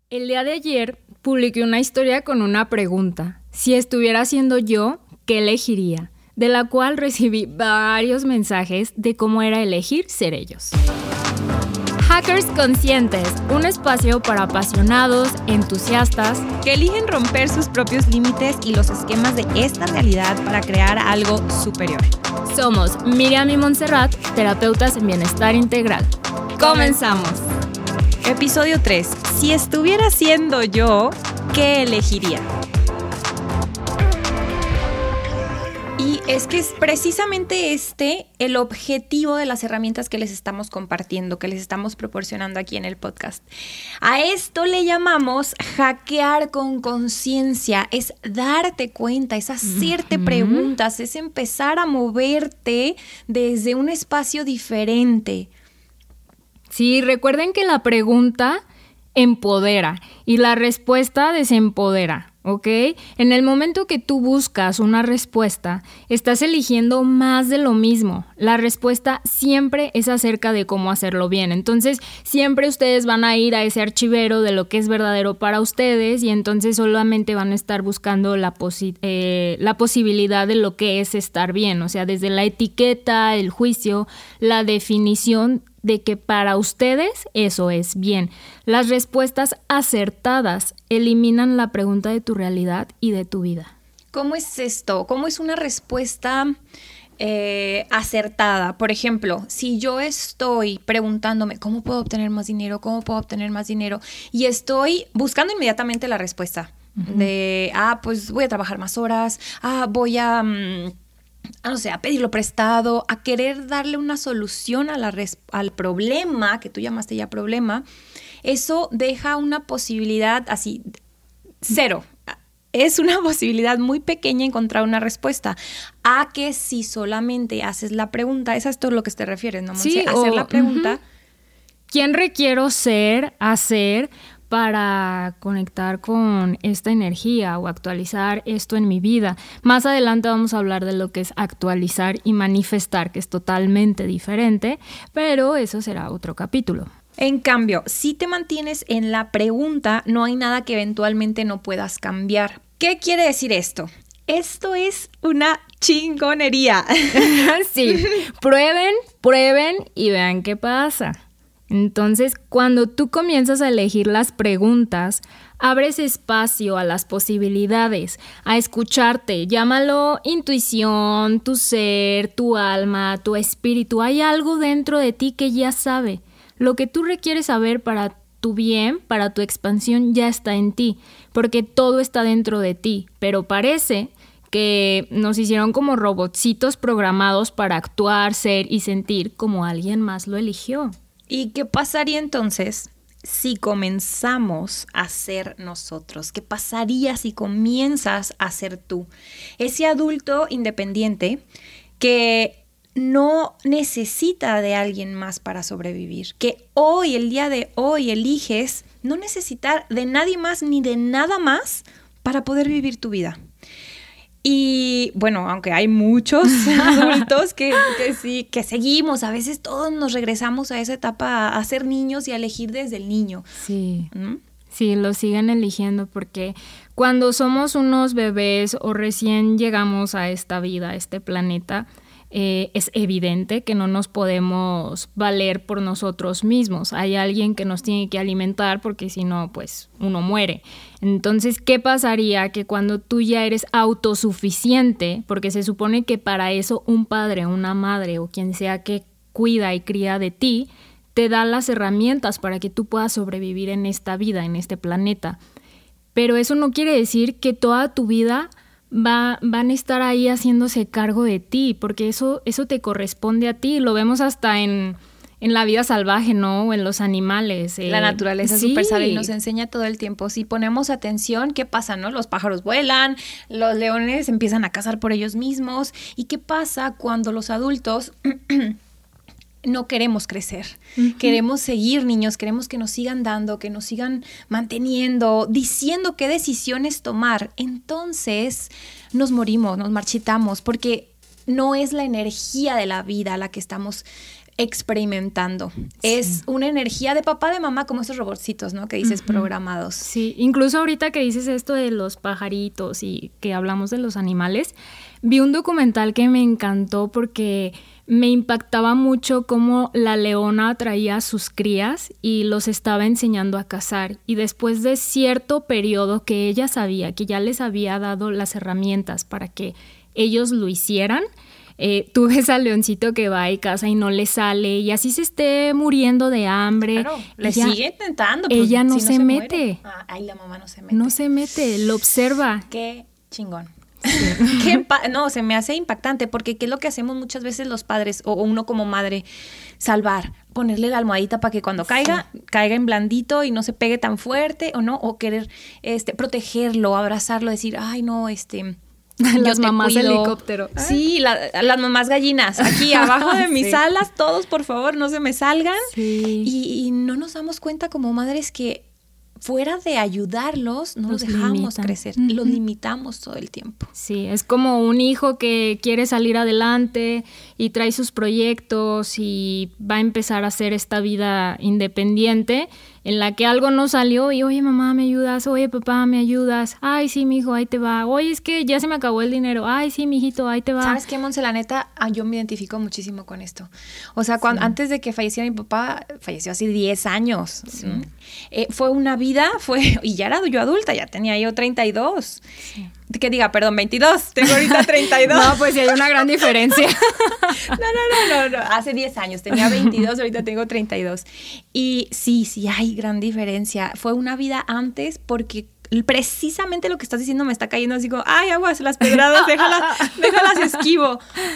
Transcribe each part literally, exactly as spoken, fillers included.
El día de ayer publiqué una historia con una pregunta. Si estuviera siendo yo, ¿qué elegiría? De la cual recibí varios mensajes de cómo era elegir ser ellos. Hackers Conscientes, un espacio para apasionados, entusiastas, que eligen romper sus propios límites y los esquemas de esta realidad para crear algo superior. Somos Miriam y Montserrat, terapeutas en bienestar integral. ¡Comenzamos! Episodio tres. Si estuviera siendo yo, ¿qué elegiría? Y es que es precisamente este el objetivo de las herramientas que les estamos compartiendo, que les estamos proporcionando aquí en el podcast. A esto le llamamos hackear con conciencia, es darte cuenta, es hacerte uh-huh. preguntas, es empezar a moverte desde un espacio diferente. Sí, recuerden que la pregunta empodera y la respuesta desempodera, ¿ok? En el momento que tú buscas una respuesta, estás eligiendo más de lo mismo. La respuesta siempre es acerca de cómo hacerlo bien. Entonces, siempre ustedes van a ir a ese archivero de lo que es verdadero para ustedes y entonces solamente van a estar buscando la, posi- eh, la posibilidad de lo que es estar bien. O sea, desde la etiqueta, el juicio, la definición de que para ustedes eso es bien. Las respuestas acertadas eliminan la pregunta de tu realidad y de tu vida. ¿Cómo es esto? ¿Cómo es una respuesta eh, acertada? Por ejemplo, si yo estoy preguntándome ¿cómo puedo obtener más dinero? ¿Cómo puedo obtener más dinero? Y estoy buscando inmediatamente la respuesta uh-huh. de, ah, pues voy a trabajar más horas, ah, voy a... Um, no sé, a pedirlo prestado, a querer darle una solución a la res- al problema, que tú llamaste ya problema, eso deja una posibilidad así, cero. Es una posibilidad muy pequeña encontrar una respuesta. A que si solamente haces la pregunta, es a esto lo que te refieres, ¿no, Monse? Sí, hacer o, la pregunta. Uh-huh. ¿Quién requiero ser, hacer para conectar con esta energía o actualizar esto en mi vida? Más adelante vamos a hablar de lo que es actualizar y manifestar, que es totalmente diferente, pero eso será otro capítulo. En cambio, si te mantienes en la pregunta, no hay nada que eventualmente no puedas cambiar. ¿Qué quiere decir esto? Esto es una chingonería. Sí, prueben, prueben y vean qué pasa. Entonces, cuando tú comienzas a elegir las preguntas, abres espacio a las posibilidades, a escucharte. Llámalo intuición, tu ser, tu alma, tu espíritu. Hay algo dentro de ti que ya sabe. Lo que tú requieres saber para tu bien, para tu expansión, ya está en ti, porque todo está dentro de ti. Pero parece que nos hicieron como robotcitos programados para actuar, ser y sentir como alguien más lo eligió. ¿Y qué pasaría entonces si comenzamos a ser nosotros? ¿Qué pasaría si comienzas a ser tú? Ese adulto independiente que no necesita de alguien más para sobrevivir. Que hoy, el día de hoy, eliges no necesitar de nadie más ni de nada más para poder vivir tu vida. Y bueno, aunque hay muchos adultos que, que sí, que seguimos, a veces todos nos regresamos a esa etapa a ser niños y a elegir desde el niño. Sí, ¿Mm? sí, lo siguen eligiendo porque cuando somos unos bebés o recién llegamos a esta vida, a este planeta, Eh, es evidente que no nos podemos valer por nosotros mismos. Hay alguien que nos tiene que alimentar porque si no, pues uno muere. Entonces, ¿qué pasaría? Que cuando tú ya eres autosuficiente, porque se supone que para eso un padre, una madre o quien sea que cuida y cría de ti, te da las herramientas para que tú puedas sobrevivir en esta vida, en este planeta. Pero eso no quiere decir que toda tu vida Va, van a estar ahí haciéndose cargo de ti, porque eso, eso te corresponde a ti. Lo vemos hasta en, en la vida salvaje, ¿no? O en los animales. Eh. La naturaleza es sí. súper sabia y nos enseña todo el tiempo. Si ponemos atención, ¿qué pasa, no? Los pájaros vuelan, los leones empiezan a cazar por ellos mismos. ¿Y qué pasa cuando los adultos no queremos crecer? Uh-huh. Queremos seguir niños, queremos que nos sigan dando, que nos sigan manteniendo, diciendo qué decisiones tomar. Entonces nos morimos, nos marchitamos, porque no es la energía de la vida la que estamos experimentando. Sí. Es una energía de papá, de mamá, como esos robotcitos, ¿no? Que dices, uh-huh. programados. Sí, incluso ahorita que dices esto de los pajaritos y que hablamos de los animales, vi un documental que me encantó porque me impactaba mucho cómo la leona traía a sus crías y los estaba enseñando a cazar. Y después de cierto periodo que ella sabía, que ya les había dado las herramientas para que ellos lo hicieran, Eh, tú ves al leoncito que va y caza y no le sale y así se esté muriendo de hambre. Claro, le ella, sigue intentando. Pues, ella no, si se, no se mete. Ah, ay, la mamá no se mete. No se mete, lo observa. Qué chingón. Sí. Qué pa- no, se me hace impactante porque ¿qué es lo que hacemos muchas veces los padres o uno como madre? Salvar, ponerle la almohadita para que cuando caiga, sí. caiga en blandito y no se pegue tan fuerte o no, o querer este, protegerlo, abrazarlo, decir, ay no, este... Las mamás helicóptero. Sí, la, las mamás gallinas. Aquí abajo de mis sí. alas, todos por favor no se me salgan. Sí. Y, y no nos damos cuenta como madres que fuera de ayudarlos, no los, los dejamos limitan. crecer. Uh-huh. Los limitamos todo el tiempo. Sí, es como un hijo que quiere salir adelante y trae sus proyectos y va a empezar a hacer esta vida independiente en la que algo no salió y oye mamá me ayudas, oye papá me ayudas, ay sí mijo ahí te va, oye es que ya se me acabó el dinero, ay sí mijito ahí te va. ¿Sabes qué, Monse? La neta, ah, yo me identifico muchísimo con esto. O sea, cuando, sí. antes de que falleciera mi papá, falleció hace diez años. Sí. ¿no? Eh, fue una vida, fue y ya era yo adulta, ya tenía yo treinta y dos. Sí. Que diga, perdón, veintidós, tengo ahorita treinta y dos. No, pues sí hay una gran diferencia. no, no, no, no, no, hace diez años tenía veintidós, ahorita tengo treinta y dos. Y sí, sí hay gran diferencia. Fue una vida antes porque precisamente lo que estás diciendo me está cayendo así como, ay, aguas, las pedradas, déjalas, déjalas esquivo.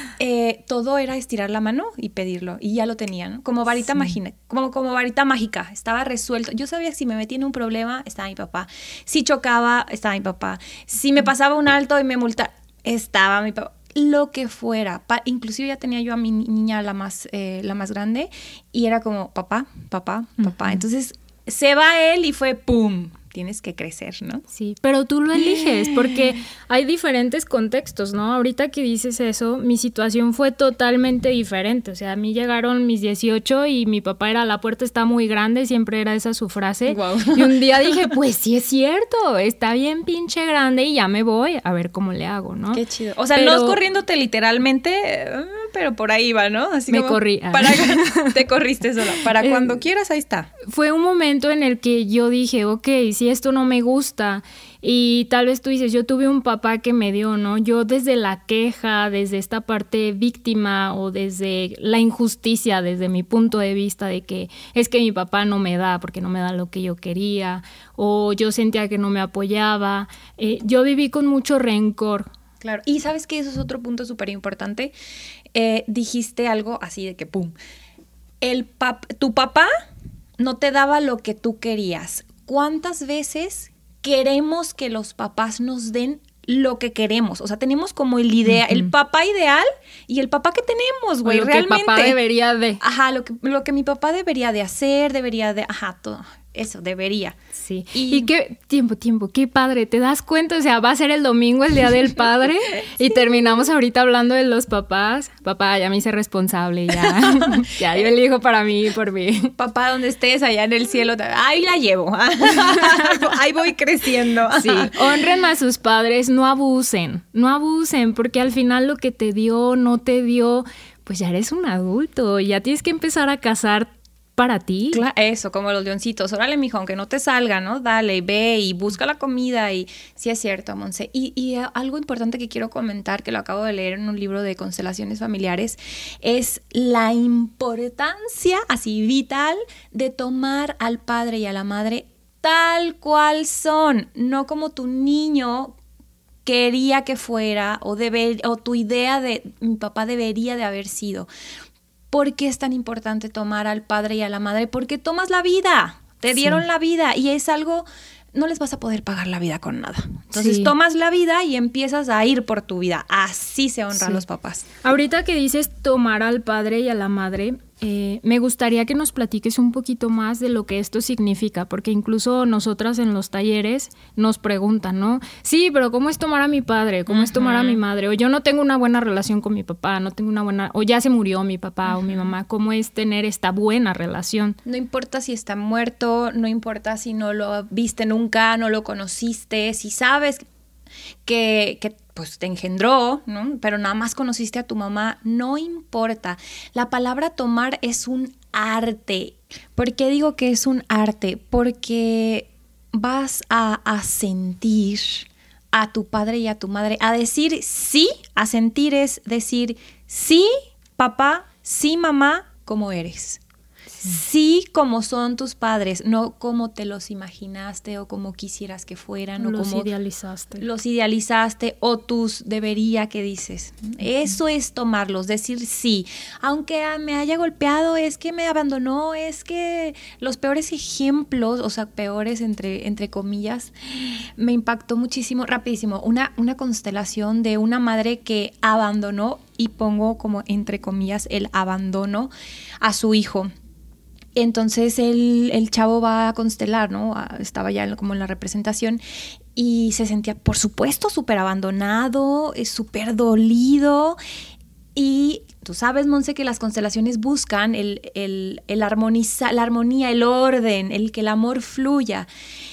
Eh, todo era estirar la mano y pedirlo, y ya lo tenía, ¿no? Como varita, sí. mágica, como, como varita mágica, estaba resuelto. Yo sabía que si me metía en un problema, estaba mi papá. Si chocaba, estaba mi papá. Si me pasaba un alto y me multaba, estaba mi papá. Lo que fuera, pa- inclusive ya tenía yo a mi niña la más, eh, la más grande, y era como, papá, papá, papá. Uh-huh. Entonces, se va él y fue ¡pum! Tienes que crecer, ¿no? Sí, pero tú lo eliges porque hay diferentes contextos, ¿no? Ahorita que dices eso, mi situación fue totalmente diferente. O sea, a mí llegaron mis dieciocho y mi papá era, la puerta está muy grande, siempre era esa su frase. Wow. Y un día dije, pues sí es cierto, está bien pinche grande y ya me voy a ver cómo le hago, ¿no? Qué chido. O sea, pero, no corriéndote literalmente, pero por ahí va, ¿no? Así me como corrí. Para, te corriste sola. Para cuando eh, quieras, ahí está. Fue un momento en el que yo dije, ok, si esto no me gusta, y tal vez tú dices, yo tuve un papá que me dio, ¿no? Yo desde la queja, desde esta parte víctima o desde la injusticia, desde mi punto de vista de que es que mi papá no me da porque no me da lo que yo quería, o yo sentía que no me apoyaba, eh, yo viví con mucho rencor. Claro, y ¿sabes qué? Eso es otro punto súper importante. Eh, dijiste algo así de que pum, el pap- tu papá no te daba lo que tú querías. ¿Cuántas veces queremos que los papás nos den lo que queremos? O sea, tenemos como el idea, uh-huh. el papá ideal y el papá que tenemos, güey, realmente. Lo que papá debería de. Ajá, lo que, lo que mi papá debería de hacer, debería de, ajá, todo. Eso, debería. Sí. Y, y qué tiempo, tiempo, qué padre. ¿Te das cuenta? O sea, va a ser el domingo, el Día del Padre, sí. y terminamos ahorita hablando de los papás. Papá, ya me hice responsable, ya. Ya yo elijo para mí y por mí. Papá, donde estés, allá en el cielo, ahí la llevo. Ahí voy creciendo. Sí. Honren a sus padres, no abusen. No abusen, porque al final lo que te dio, no te dio, pues ya eres un adulto. Ya tienes que empezar a casar para ti. Claro, eso, como los leoncitos. Órale, mijo, aunque no te salga, ¿no? Dale, ve y busca la comida. Y sí es cierto, Monse. Y, y uh, algo importante que quiero comentar, que lo acabo de leer en un libro de constelaciones familiares, es la importancia, así vital, de tomar al padre y a la madre tal cual son. No como tu niño quería que fuera o, deber, o tu idea de mi papá debería de haber sido. ¿Por qué es tan importante tomar al padre y a la madre? Porque tomas la vida, te dieron sí. la vida y es algo, no les vas a poder pagar la vida con nada. Entonces sí. tomas la vida y empiezas a ir por tu vida. Así se honran sí. los papás. Ahorita que dices tomar al padre y a la madre, eh, me gustaría que nos platiques un poquito más de lo que esto significa, porque incluso nosotras en los talleres nos preguntan, ¿no? Sí, pero ¿cómo es tomar a mi padre? ¿Cómo uh-huh. es tomar a mi madre? O yo no tengo una buena relación con mi papá, no tengo una buena... O ya se murió mi papá uh-huh. o mi mamá. ¿Cómo es tener esta buena relación? No importa si está muerto, no importa si no lo viste nunca, no lo conociste, si sabes que... que pues te engendró, ¿no? Pero nada más conociste a tu mamá, no importa. La palabra tomar es un arte. ¿Por qué digo que es un arte? Porque vas a, a sentir a tu padre y a tu madre, a decir sí, a sentir es decir sí, papá, sí, mamá, como eres. Sí, como son tus padres, no como te los imaginaste o como quisieras que fueran. Los o como idealizaste. Los idealizaste o tus debería que dices. Uh-huh. Eso es tomarlos, decir sí. Aunque me haya golpeado, es que me abandonó, es que los peores ejemplos, o sea, peores entre, entre comillas, me impactó muchísimo, rapidísimo. Una, una constelación de una madre que abandonó, y pongo como entre comillas el abandono, a su hijo. Entonces el, el chavo va a constelar, ¿no? Estaba ya como en la representación y se sentía, por supuesto, súper abandonado, súper dolido. Y tú sabes, Monse, que las constelaciones buscan el, el, el armoniza, la armonía, el orden, el que el amor fluya.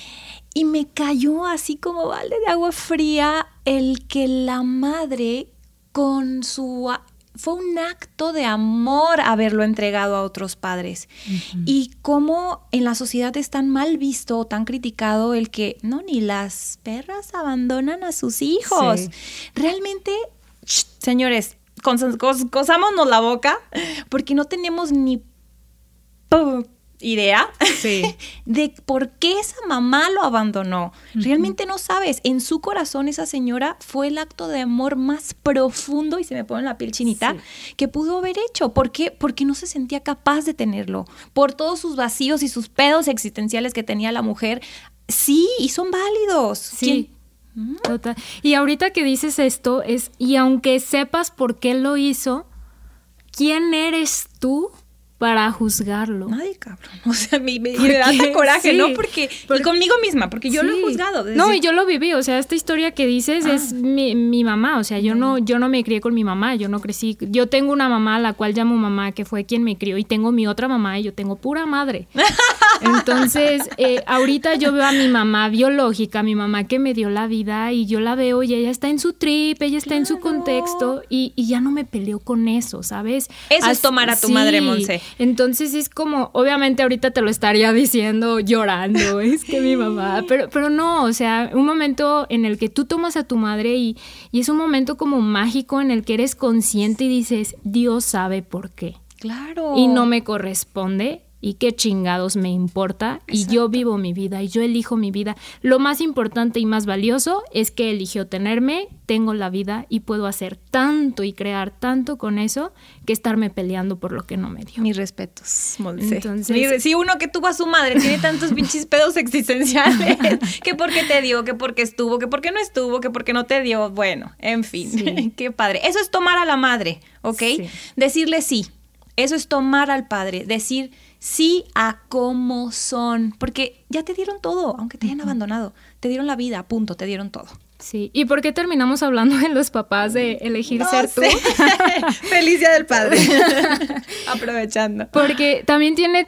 Y me cayó así como balde de agua fría el que la madre con su... Fue un acto de amor haberlo entregado a otros padres. Uh-huh. Y cómo en la sociedad es tan mal visto o tan criticado el que, no, ni las perras abandonan a sus hijos. Sí. Realmente, sh, señores, cos- cos- cosámonos la boca porque no tenemos ni uh, idea sí. de por qué esa mamá lo abandonó. Uh-huh. Realmente no sabes. En su corazón esa señora fue el acto de amor más profundo, y se me pone la piel chinita, sí. que pudo haber hecho. ¿Por qué? Porque no se sentía capaz de tenerlo. Por todos sus vacíos y sus pedos existenciales que tenía la mujer. Sí, y son válidos. Sí. ¿Quién? Total. Y ahorita que dices esto es, y aunque sepas por qué lo hizo, ¿quién eres tú para juzgarlo? Nadie, cabrón. O sea, me, me, me da hasta coraje, sí, ¿no? Porque, porque, y conmigo misma, porque yo sí. lo he juzgado. Desde... No, y yo lo viví. O sea, esta historia que dices ah. es mi, mi mamá. O sea, yo no. no, yo no me crié con mi mamá. Yo no crecí. Yo tengo una mamá a la cual llamo mamá, que fue quien me crió. Y tengo mi otra mamá y yo tengo pura madre. Entonces, eh, ahorita yo veo a mi mamá biológica, mi mamá que me dio la vida, y yo la veo y ella está en su trip, ella está claro. en su contexto, y, y ya no me peleo con eso, ¿sabes? Eso As- es tomar a tu sí. madre, Monse. Entonces es como, obviamente ahorita te lo estaría diciendo llorando, es que mi mamá, pero, pero no, o sea, un momento en el que tú tomas a tu madre y, y es un momento como mágico en el que eres consciente y dices, Dios sabe por qué. Claro. Y no me corresponde. Y qué chingados me importa. Exacto. Y yo vivo mi vida y yo elijo mi vida. Lo más importante y más valioso es que eligió tenerme, tengo la vida y puedo hacer tanto y crear tanto con eso que estarme peleando por lo que no me dio. Mis respetos, Monse. Entonces, Mi, si uno que tuvo a su madre tiene tantos pinches pedos existenciales, que porque te dio, que porque estuvo, que porque no estuvo, que porque no te dio, bueno, en fin, sí. Qué padre. Eso es tomar a la madre, ¿ok? Sí. Decirle sí. Eso es tomar al padre, decir sí a cómo son, porque ya te dieron todo, aunque te hayan uh-huh. abandonado, te dieron la vida, punto, te dieron todo. Sí, ¿y por qué terminamos hablando de los papás de elegir no ser sé. tú? Feliz Día del Padre. Aprovechando. Porque también tiene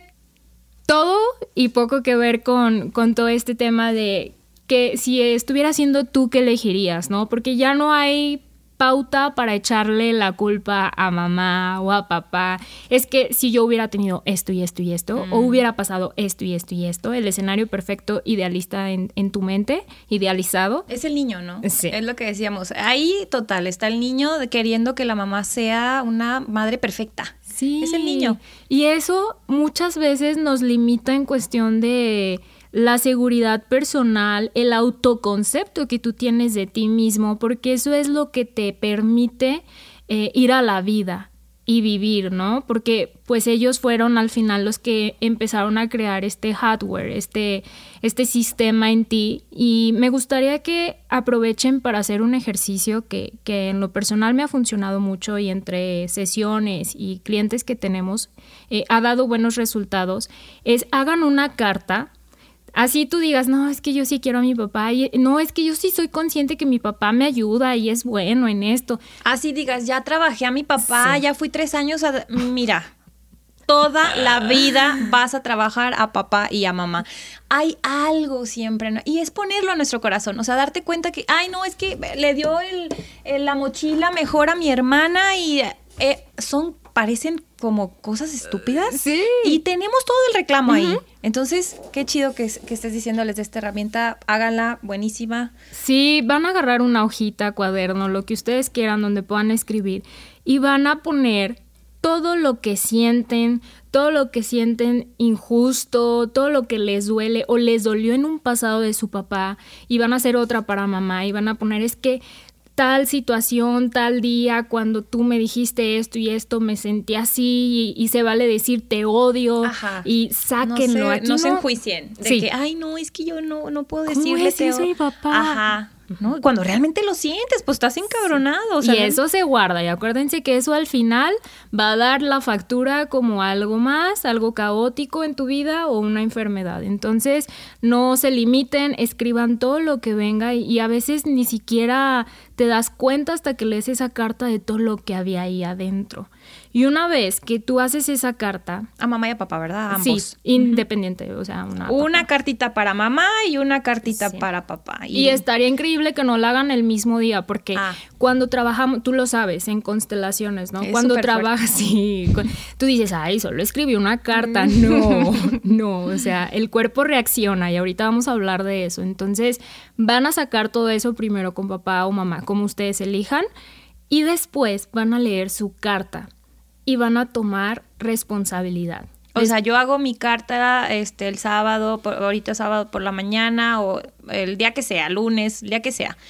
todo y poco que ver con, con todo este tema de que si estuviera siendo tú, ¿qué elegirías? ¿No? Porque ya no hay pauta para echarle la culpa a mamá o a papá. Es que si yo hubiera tenido esto y esto y esto, mm. o hubiera pasado esto y esto y esto, el escenario perfecto idealista en, en tu mente, idealizado. Es el niño, ¿no? Sí. Es lo que decíamos. Ahí, total, está el niño queriendo que la mamá sea una madre perfecta. Sí. Es el niño. Y eso muchas veces nos limita en cuestión de la seguridad personal, el autoconcepto que tú tienes de ti mismo, porque eso es lo que te permite eh, ir a la vida. y vivir, ¿no? Porque pues ellos fueron al final los que empezaron a crear este hardware, este, este sistema en ti, y me gustaría que aprovechen para hacer un ejercicio que, que en lo personal me ha funcionado mucho y entre sesiones y clientes que tenemos eh, ha dado buenos resultados, es hagan una carta. Así tú digas, no, es que yo sí quiero a mi papá, y no, es que yo sí soy consciente que mi papá me ayuda y es bueno en esto. Así digas, ya trabajé a mi papá, sí. ya fui tres años a... Mira, toda la vida vas a trabajar a papá y a mamá. Hay algo siempre, ¿no? Y es ponerlo a nuestro corazón, o sea, darte cuenta que, ay, no, es que le dio el, el, la mochila mejor a mi hermana y eh, son... parecen como cosas estúpidas. Sí. Y tenemos todo el reclamo uh-huh. ahí. Entonces, qué chido que, que estés diciéndoles de esta herramienta. Háganla, buenísima. Sí, van a agarrar una hojita, cuaderno, lo que ustedes quieran, donde puedan escribir. Y van a poner todo lo que sienten, todo lo que sienten injusto, todo lo que les duele o les dolió en un pasado de su papá. Y van a hacer otra para mamá. Y van a poner, es que tal situación, tal día, cuando tú me dijiste esto y esto, me sentí así, y, y se vale decir te odio. Ajá. Y sáquenlo. No se, aquí no no se enjuicien de sí. que, ay, no, es que yo no, no puedo decirle ¿Cómo es te eso, mi papá? Ajá. ¿No? Cuando realmente lo sientes, pues estás encabronado. O sea, y eso se guarda, y acuérdense que eso al final va a dar la factura como algo más, algo caótico en tu vida o una enfermedad. Entonces, no se limiten, escriban todo lo que venga, y, y a veces ni siquiera te das cuenta hasta que lees esa carta de todo lo que había ahí adentro. Y una vez que tú haces esa carta... A mamá y a papá, ¿verdad? Ambos. Sí, independiente, o sea, una... Una papá. cartita para mamá y una cartita sí. para papá. Y... y estaría increíble que no la hagan el mismo día, porque ah. cuando trabajamos, tú lo sabes, en constelaciones, ¿no? Es cuando trabajas, sí, tú dices, ay, solo escribí una carta. No, no, o sea, el cuerpo reacciona, y ahorita vamos a hablar de eso. Entonces, van a sacar todo eso primero con papá o mamá, como ustedes elijan, y después van a leer su carta. Y van a tomar responsabilidad. O sea, yo hago mi carta este, el sábado, por, ahorita sábado por la mañana, o el día que sea, lunes, el día que sea.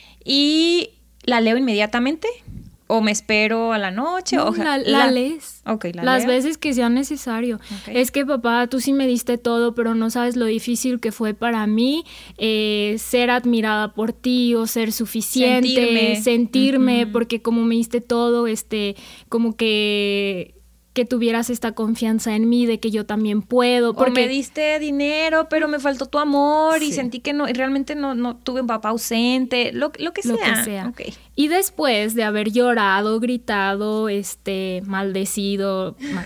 Y la leo inmediatamente, o me espero a la noche. No, o la, la, la lees. Okay, la Las leo. veces que sea necesario. Okay. Es que, papá, tú sí me diste todo, pero no sabes lo difícil que fue para mí eh, ser admirada por ti, o ser suficiente, sentirme, sentirme uh-huh. porque como me diste todo, este, como que... que tuvieras esta confianza en mí de que yo también puedo. Porque... O me diste dinero, pero me faltó tu amor, sí. y sentí que no, y realmente no, no tuve un papá ausente, lo, lo que sea. Lo que sea. Okay. Y después de haber llorado, gritado, este, maldecido, mal,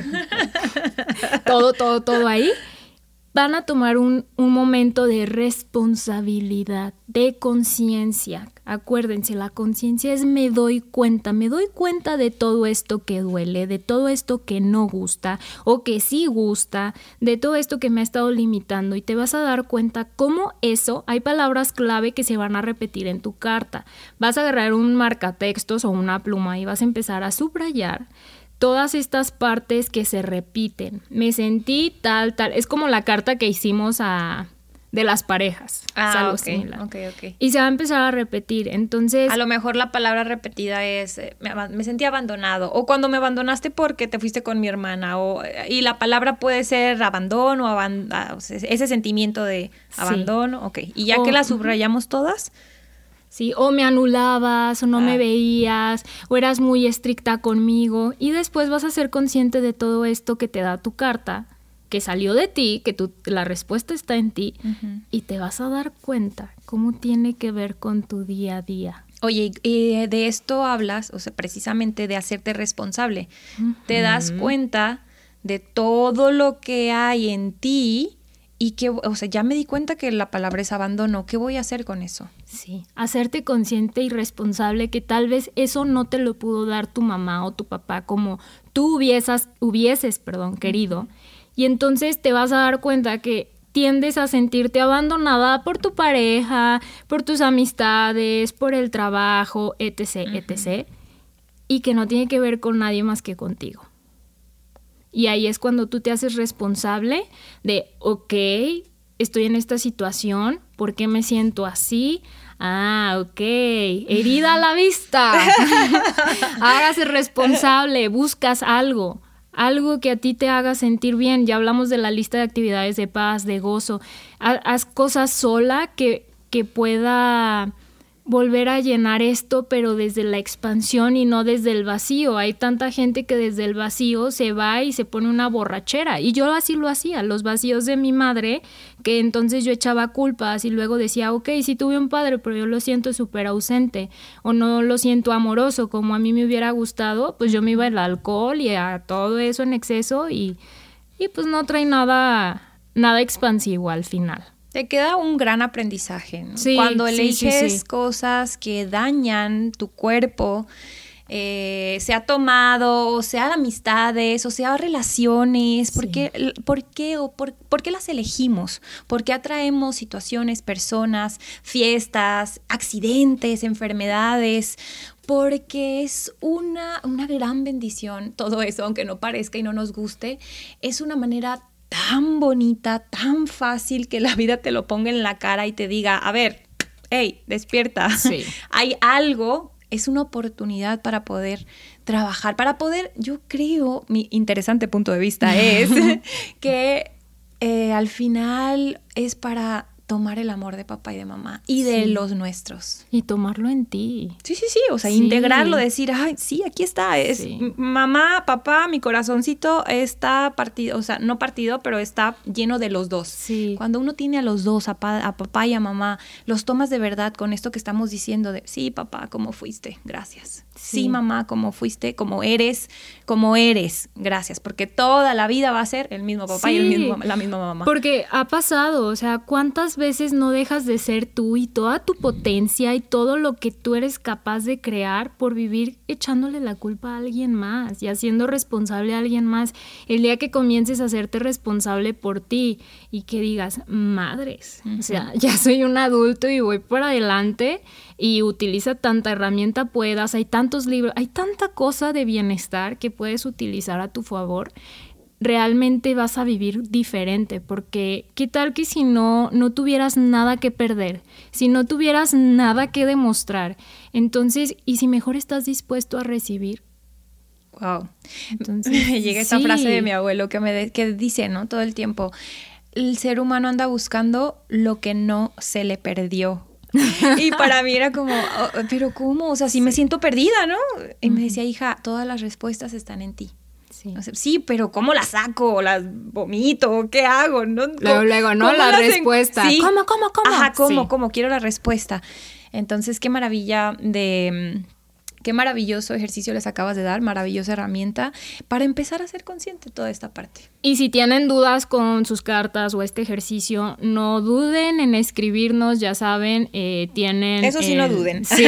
todo, todo, todo ahí, van a tomar un, un momento de responsabilidad, de conciencia. Acuérdense, la conciencia es me doy cuenta, me doy cuenta de todo esto que duele, de todo esto que no gusta o que sí gusta, de todo esto que me ha estado limitando, y te vas a dar cuenta cómo eso, hay palabras clave que se van a repetir en tu carta. Vas a agarrar un marcatextos o una pluma y vas a empezar a subrayar todas estas partes que se repiten. Me sentí tal, tal. Es como la carta que hicimos a... de las parejas. Ah, es algo ok, similar. ok, ok. Y se va a empezar a repetir, entonces... A lo mejor la palabra repetida es, eh, me, me sentí abandonado, o cuando me abandonaste porque te fuiste con mi hermana, o y la palabra puede ser abandono, aban, o sea, ese sentimiento de abandono, sí. Ok. Y ya o, que la subrayamos todas... Sí, o me anulabas, o no ah. me veías, o eras muy estricta conmigo, y después vas a ser consciente de todo esto que te da tu carta, que salió de ti, que tú, la respuesta está en ti, uh-huh. y te vas a dar cuenta cómo tiene que ver con tu día a día. Oye, y de esto hablas, o sea, precisamente de hacerte responsable. Uh-huh. Te das cuenta de todo lo que hay en ti y que, o sea, ya me di cuenta que la palabra es abandono. ¿Qué voy a hacer con eso? Sí, hacerte consciente y responsable que tal vez eso no te lo pudo dar tu mamá o tu papá como tú hubieses, hubieses, perdón, querido. Uh-huh. Y entonces te vas a dar cuenta que tiendes a sentirte abandonada por tu pareja, por tus amistades, por el trabajo, etc, uh-huh. etcétera. Y que no tiene que ver con nadie más que contigo. Y ahí es cuando tú te haces responsable de, ok, estoy en esta situación, ¿por qué me siento así? Ah, ok, herida a la vista. Hágase responsable, buscas algo, algo que a ti te haga sentir bien. Ya hablamos de la lista de actividades de paz, de gozo. Haz cosas sola que, que pueda volver a llenar esto, pero desde la expansión y no desde el vacío. Hay tanta gente que desde el vacío se va y se pone una borrachera. Y yo así lo hacía, los vacíos de mi madre, que entonces yo echaba culpas y luego decía, ok, sí tuve un padre, pero yo lo siento súper ausente o no lo siento amoroso como a mí me hubiera gustado, pues yo me iba al alcohol y a todo eso en exceso y, y pues no trae nada, nada expansivo al final. Te queda un gran aprendizaje, ¿no? Sí, Cuando sí, eliges sí, sí. cosas que dañan tu cuerpo, eh, sea tomado, o sea amistades, o sea relaciones, ¿por, Sí. qué, ¿por qué o por, por qué las elegimos? ¿Por qué atraemos situaciones, personas, fiestas, accidentes, enfermedades? Porque es una, una gran bendición todo eso, aunque no parezca y no nos guste, es una manera tan bonita, tan fácil que la vida te lo ponga en la cara y te diga, a ver, hey, despierta, Sí. hay algo, es una oportunidad para poder trabajar, para poder, yo creo, mi interesante punto de vista es que eh, al final es para tomar el amor de papá y de mamá y de Sí. los nuestros. Y tomarlo en ti. Sí, sí, sí, o sea, Sí. integrarlo, decir, ay, sí, aquí está, es Sí. m- mamá, papá, mi corazoncito está partido, o sea, no partido, pero está lleno de los dos. Sí. Cuando uno tiene a los dos, a, pa- a papá y a mamá, los tomas de verdad con esto que estamos diciendo de, sí, papá, ¿cómo fuiste? Gracias. Sí, Sí. mamá, ¿cómo fuiste? ¿Cómo eres? ¿Cómo eres? Gracias, porque toda la vida va a ser el mismo papá y el Sí. mismo, la misma mamá. Porque ha pasado, o sea, ¿cuántas veces no dejas de ser tú y toda tu potencia y todo lo que tú eres capaz de crear por vivir echándole la culpa a alguien más y haciendo responsable a alguien más? El día que comiences a hacerte responsable por ti y que digas, madres, Ujú. o sea, ya soy un adulto y voy por adelante y utiliza tanta herramienta puedas, hay tantos libros, hay tanta cosa de bienestar que puedes utilizar a tu favor. Realmente vas a vivir diferente, porque qué tal que si no, no tuvieras nada que perder, si no tuvieras nada que demostrar, entonces, y si mejor estás dispuesto a recibir. Wow. Entonces, Me llega esta sí. frase de mi abuelo que me de- que dice, ¿no? Todo el tiempo, el ser humano anda buscando lo que no se le perdió. Y para mí era como, oh, pero ¿cómo? O sea, si me siento perdida, ¿no? Y me decía, hija, todas las respuestas están en ti. Sí. O sea, sí, pero ¿cómo las saco? ¿Las vomito? ¿Qué hago? ¿No? Luego, luego, ¿no? ¿Cómo La las en- respuesta. Sí. ¿Cómo, cómo, cómo? Ajá, ¿cómo, Sí. cómo? Quiero la respuesta. Entonces, qué maravilla de... Qué maravilloso ejercicio les acabas de dar, maravillosa herramienta para empezar a ser consciente de toda esta parte. Y si tienen dudas con sus cartas o este ejercicio, no duden en escribirnos, ya saben, eh, tienen... Eso sí, no duden. Sí,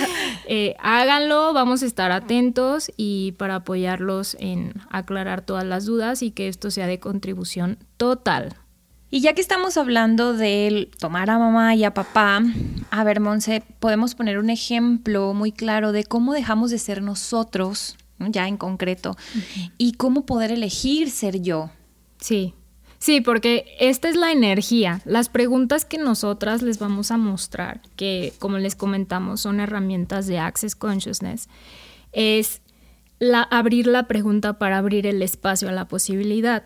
eh, háganlo, vamos a estar atentos y para apoyarlos en aclarar todas las dudas y que esto sea de contribución total. Y ya que estamos hablando de tomar a mamá y a papá, a ver, Monse, podemos poner un ejemplo muy claro de cómo dejamos de ser nosotros, ¿no? Ya en concreto, uh-huh. Y cómo poder elegir ser yo. Sí, sí, porque esta es la energía. Las preguntas que nosotras les vamos a mostrar, que como les comentamos son herramientas de Access Consciousness, es la, abrir la pregunta para abrir el espacio a la posibilidad.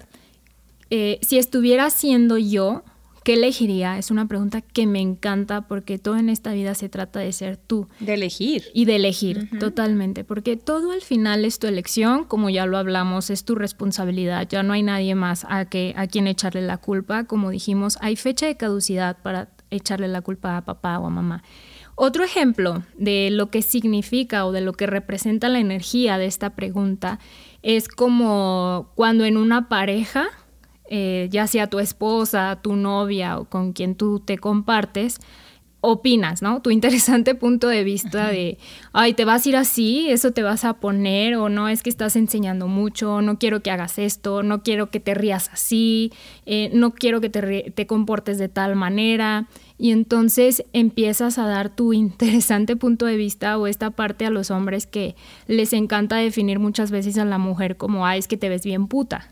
Eh, si estuviera siendo yo, ¿qué elegiría? Es una pregunta que me encanta porque todo en esta vida se trata de ser tú. De elegir. Y de elegir, Uh-huh. totalmente. Porque todo al final es tu elección, como ya lo hablamos, es tu responsabilidad. Ya no hay nadie más a, que, a quien echarle la culpa. Como dijimos, hay fecha de caducidad para echarle la culpa a papá o a mamá. Otro ejemplo de lo que significa o de lo que representa la energía de esta pregunta es como cuando en una pareja... Eh, ya sea tu esposa, tu novia o con quien tú te compartes, opinas, ¿no? Tu interesante punto de vista de, ay, ¿te vas a ir así? ¿Eso te vas a poner? O no, es que estás enseñando mucho, no quiero que hagas esto, no quiero que te rías así, eh, no quiero que te, ri- te comportes de tal manera. Y entonces empiezas a dar tu interesante punto de vista o esta parte a los hombres que les encanta definir muchas veces a la mujer como, ay, es que te ves bien puta.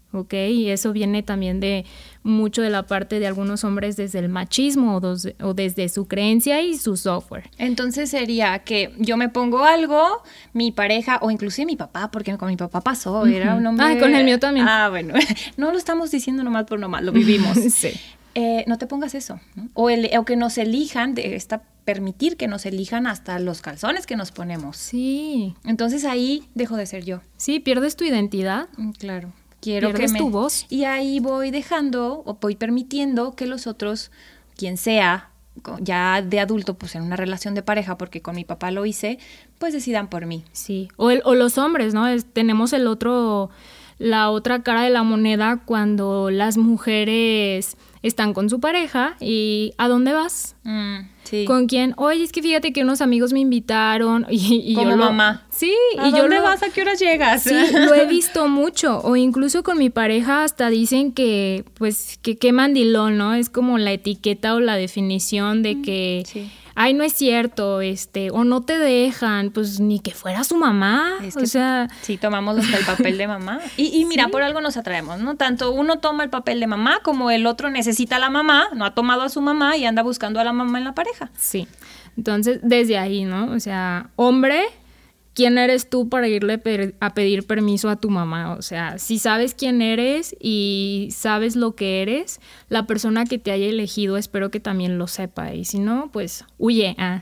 ¿ok? Y eso viene también de mucho de la parte de algunos hombres desde el machismo o, dos, o desde su creencia y su software. Entonces sería que yo me pongo algo, mi pareja o inclusive mi papá, porque con mi papá pasó, uh-huh. Era un hombre... Ah, con el mío también. Ah, bueno, no lo estamos diciendo nomás por nomás, lo vivimos. Sí. Eh, no te pongas eso, ¿no? O, el, o que nos elijan, de esta, permitir que nos elijan hasta los calzones que nos ponemos. Sí. Entonces ahí dejo de ser yo. Sí, pierdes tu identidad. Claro. Quiero pierdes que me... tu voz. Y ahí voy dejando o voy permitiendo que los otros, quien sea, ya de adulto, pues en una relación de pareja, porque con mi papá lo hice, pues decidan por mí. Sí. O, el, o los hombres, ¿no? Es, tenemos el otro... la otra cara de la moneda cuando las mujeres están con su pareja y ¿a dónde vas? Mm, sí. ¿Con quién? Oye, es que fíjate que unos amigos me invitaron y, y como yo mamá. Lo, sí. ¿A y dónde yo lo, vas? ¿A qué hora llegas? Sí, lo he visto mucho. O incluso con mi pareja hasta dicen que, pues, que qué mandilón, ¿no? Es como la etiqueta o la definición de que... Sí. Ay, no es cierto, este, o no te dejan, pues ni que fuera su mamá, es que o sea... Sí, tomamos hasta el papel de mamá. Y, y mira, ¿sí? Por algo nos atraemos, ¿no? Tanto uno toma el papel de mamá como el otro necesita a la mamá, no ha tomado a su mamá y anda buscando a la mamá en la pareja. Sí, entonces desde ahí, ¿no? O sea, hombre... ¿Quién eres tú para irle per- a pedir permiso a tu mamá? O sea, si sabes quién eres y sabes lo que eres, la persona que te haya elegido espero que también lo sepa. Y si no, pues huye. Ah.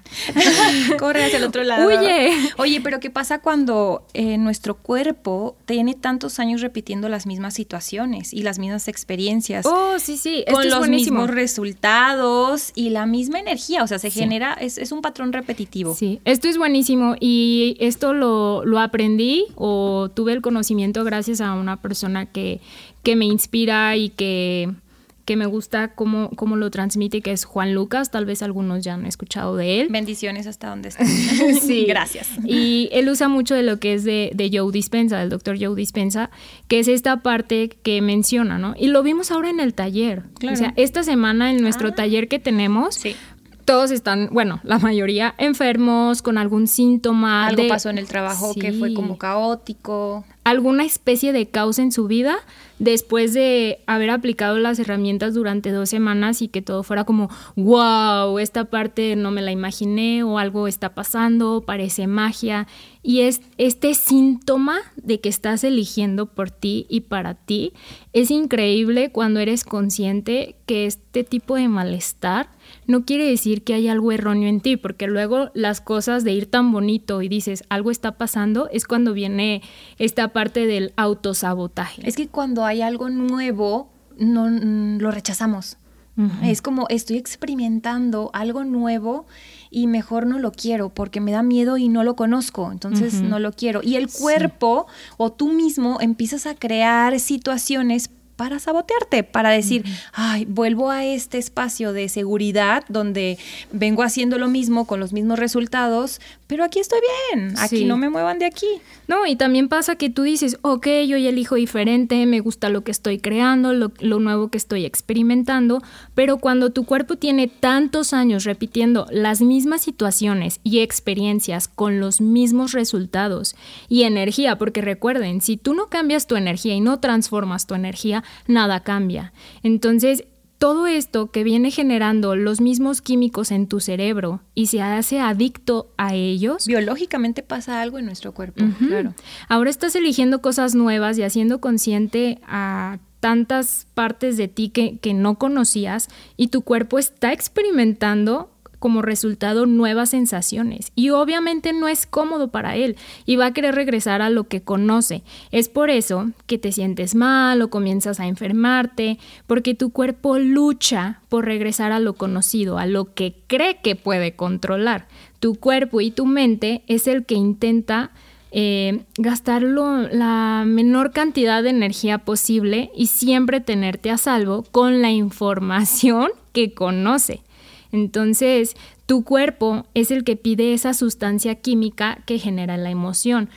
Corre hacia el otro lado. Huye. Oye, pero ¿qué pasa cuando eh, nuestro cuerpo tiene tantos años repitiendo las mismas situaciones y las mismas experiencias? Oh, sí, sí. Con Esto los es buenísimo. mismos resultados y la misma energía. O sea, se sí. genera, es, es un patrón repetitivo. Sí, esto es buenísimo y esto Lo, lo aprendí o tuve el conocimiento gracias a una persona que, que me inspira y que, que me gusta cómo, cómo lo transmite, que es Juan Lucas. Tal vez algunos ya han escuchado de él. Bendiciones hasta donde estés. Sí. Gracias. Y él usa mucho de lo que es de, de Joe Dispenza, del doctor Joe Dispenza, que es esta parte que menciona, ¿no? Y lo vimos ahora en el taller. Claro. O sea, esta semana en nuestro ah. taller que tenemos... Sí. Todos están, bueno, la mayoría enfermos, con algún síntoma. Algo de, pasó en el trabajo sí, que fue como caótico. Alguna especie de caos en su vida después de haber aplicado las herramientas durante dos semanas y que todo fuera como, wow, esta parte no me la imaginé o algo está pasando, parece magia. Y es este síntoma de que estás eligiendo por ti y para ti es increíble cuando eres consciente que este tipo de malestar no quiere decir que hay algo erróneo en ti, porque luego las cosas de ir tan bonito y dices algo está pasando es cuando viene esta parte del autosabotaje. Es que cuando hay algo nuevo no lo rechazamos. Uh-huh. Es como estoy experimentando algo nuevo y mejor no lo quiero porque me da miedo y no lo conozco, entonces uh-huh. no lo quiero. Y el cuerpo sí. o tú mismo empiezas a crear situaciones para sabotearte, para decir, uh-huh. ay, vuelvo a este espacio de seguridad donde vengo haciendo lo mismo con los mismos resultados, pero aquí estoy bien, aquí sí. no me muevan de aquí. No, y también pasa que tú dices, ok, yo ya elijo diferente, me gusta lo que estoy creando, lo, lo nuevo que estoy experimentando, pero cuando tu cuerpo tiene tantos años repitiendo las mismas situaciones y experiencias con los mismos resultados y energía, porque recuerden, si tú no cambias tu energía y no transformas tu energía, nada cambia. Entonces, todo esto que viene generando los mismos químicos en tu cerebro y se hace adicto a ellos. Biológicamente pasa algo en nuestro cuerpo, uh-huh. claro. Ahora estás eligiendo cosas nuevas y haciendo consciente a tantas partes de ti que, que no conocías y tu cuerpo está experimentando como resultado nuevas sensaciones y obviamente no es cómodo para él y va a querer regresar a lo que conoce. Es por eso que te sientes mal o comienzas a enfermarte, porque tu cuerpo lucha por regresar a lo conocido, a lo que cree que puede controlar. Tu cuerpo y tu mente es el que intenta eh, gastar lo, la menor cantidad de energía posible y siempre tenerte a salvo con la información que conoce. Entonces, tu cuerpo es el que pide esa sustancia química que genera la emoción.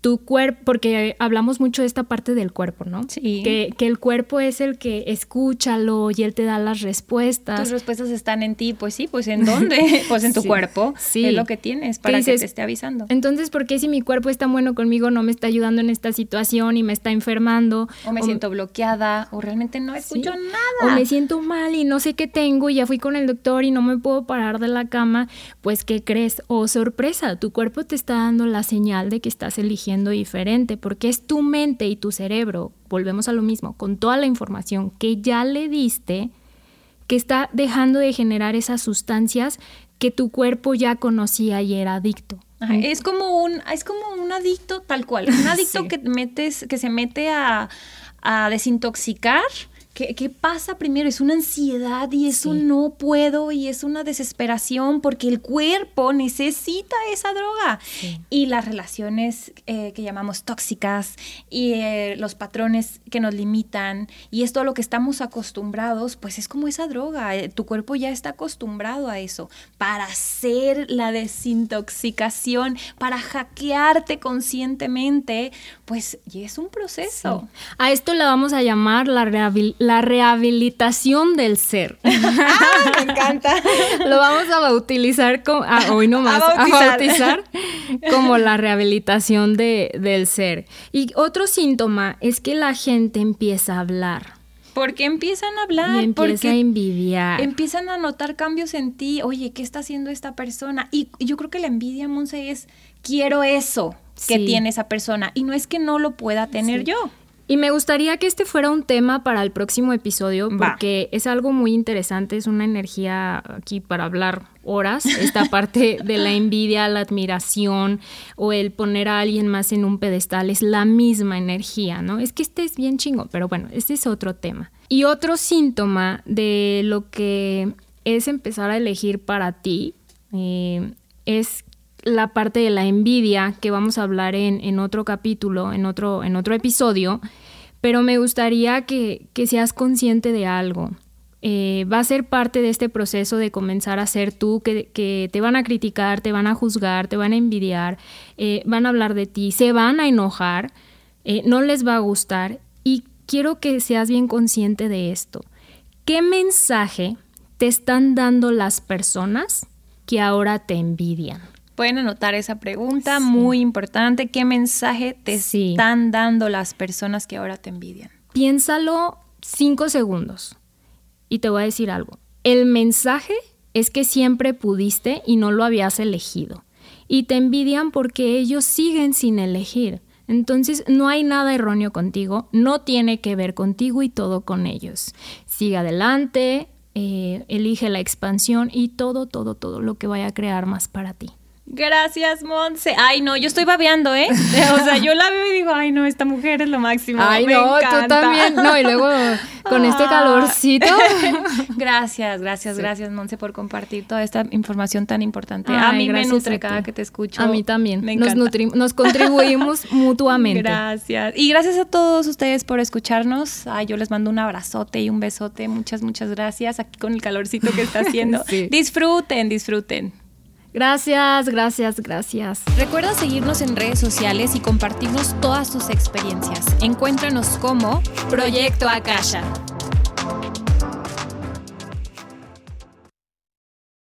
tu cuerpo, porque hablamos mucho de esta parte del cuerpo, ¿no? Sí. Que, que el cuerpo es el que escúchalo y él te da las respuestas. Tus respuestas están en ti, pues sí, pues ¿en dónde? Pues en tu sí, cuerpo, sí. Es lo que tienes para dices, que te esté avisando. Entonces, ¿por qué si mi cuerpo está bueno conmigo no me está ayudando en esta situación y me está enfermando? O me o siento bloqueada, o realmente no escucho sí. nada. O me siento mal y no sé qué tengo y ya fui con el doctor y no me puedo parar de la cama. Pues, ¿qué crees? Oh, sorpresa, tu cuerpo te está dando la señal de que estás eligiendo diferente, porque es tu mente y tu cerebro, volvemos a lo mismo, con toda la información que ya le diste, que está dejando de generar esas sustancias que tu cuerpo ya conocía y era adicto. Ajá, es como un, es como un adicto tal cual, un adicto sí. que metes, que se mete a, a desintoxicar. ¿Qué, ¿Qué pasa primero? Es una ansiedad y es sí. un no puedo y es una desesperación porque el cuerpo necesita esa droga. Sí. Y las relaciones eh, que llamamos tóxicas y eh, los patrones que nos limitan y esto a lo que estamos acostumbrados, pues es como esa droga. Eh, tu cuerpo ya está acostumbrado a eso. Para hacer la desintoxicación, para hackearte conscientemente, pues y es un proceso. Sí. A esto le vamos a llamar la rehabilitación. La rehabilitación del ser. ¡Ah, me encanta! Lo vamos a bautizar como, ah, hoy nomás, a bautizar. a bautizar como la rehabilitación de, del ser. Y otro síntoma es que la gente empieza a hablar. Porque empiezan a hablar. Y empieza porque a envidiar. Empiezan a notar cambios en ti. Oye, ¿qué está haciendo esta persona? Y yo creo que la envidia, Monse, es quiero eso que sí. tiene esa persona. Y no es que no lo pueda tener sí. yo. Y me gustaría que este fuera un tema para el próximo episodio porque Va. es algo muy interesante, es una energía aquí para hablar horas, esta parte de la envidia, la admiración o el poner a alguien más en un pedestal, es la misma energía, ¿no? Es que este es bien chingo, pero bueno, este es otro tema. Y otro síntoma de lo que es empezar a elegir para ti eh, es la parte de la envidia que vamos a hablar en, en otro capítulo, en otro, en otro episodio, pero me gustaría que, que seas consciente de algo. Eh, va a ser parte de este proceso de comenzar a ser tú, que, que te van a criticar, te van a juzgar, te van a envidiar, eh, van a hablar de ti, se van a enojar, eh, no les va a gustar y quiero que seas bien consciente de esto. ¿Qué mensaje te están dando las personas que ahora te envidian? Pueden anotar esa pregunta, sí. muy importante. ¿Qué mensaje te sí. están dando las personas que ahora te envidian? Piénsalo cinco segundos y te voy a decir algo. El mensaje es que siempre pudiste y no lo habías elegido. Y te envidian porque ellos siguen sin elegir. Entonces no hay nada erróneo contigo, no tiene que ver contigo y todo con ellos. Sigue adelante, eh, elige la expansión y todo, todo, todo lo que vaya a crear más para ti. Gracias, Monse. Ay, no, yo estoy babeando, ¿eh? O sea, yo la veo y digo, ay, no, esta mujer es lo máximo. Ay, me no, encanta. Tú también. No, y luego con este calorcito. Gracias, gracias, sí. gracias, Monse, por compartir toda esta información tan importante. Ay, a mí me nutre cada que te escucho. A mí también. Me encanta. Nos, nutri- nos contribuimos mutuamente. Gracias. Y gracias a todos ustedes por escucharnos. Ay, yo les mando un abrazote y un besote. Muchas, muchas gracias. Aquí con el calorcito que está haciendo. Sí. Disfruten, disfruten. Gracias, gracias, gracias. Recuerda seguirnos en redes sociales y compartirnos todas tus experiencias. Encuéntranos como Proyecto Akasha.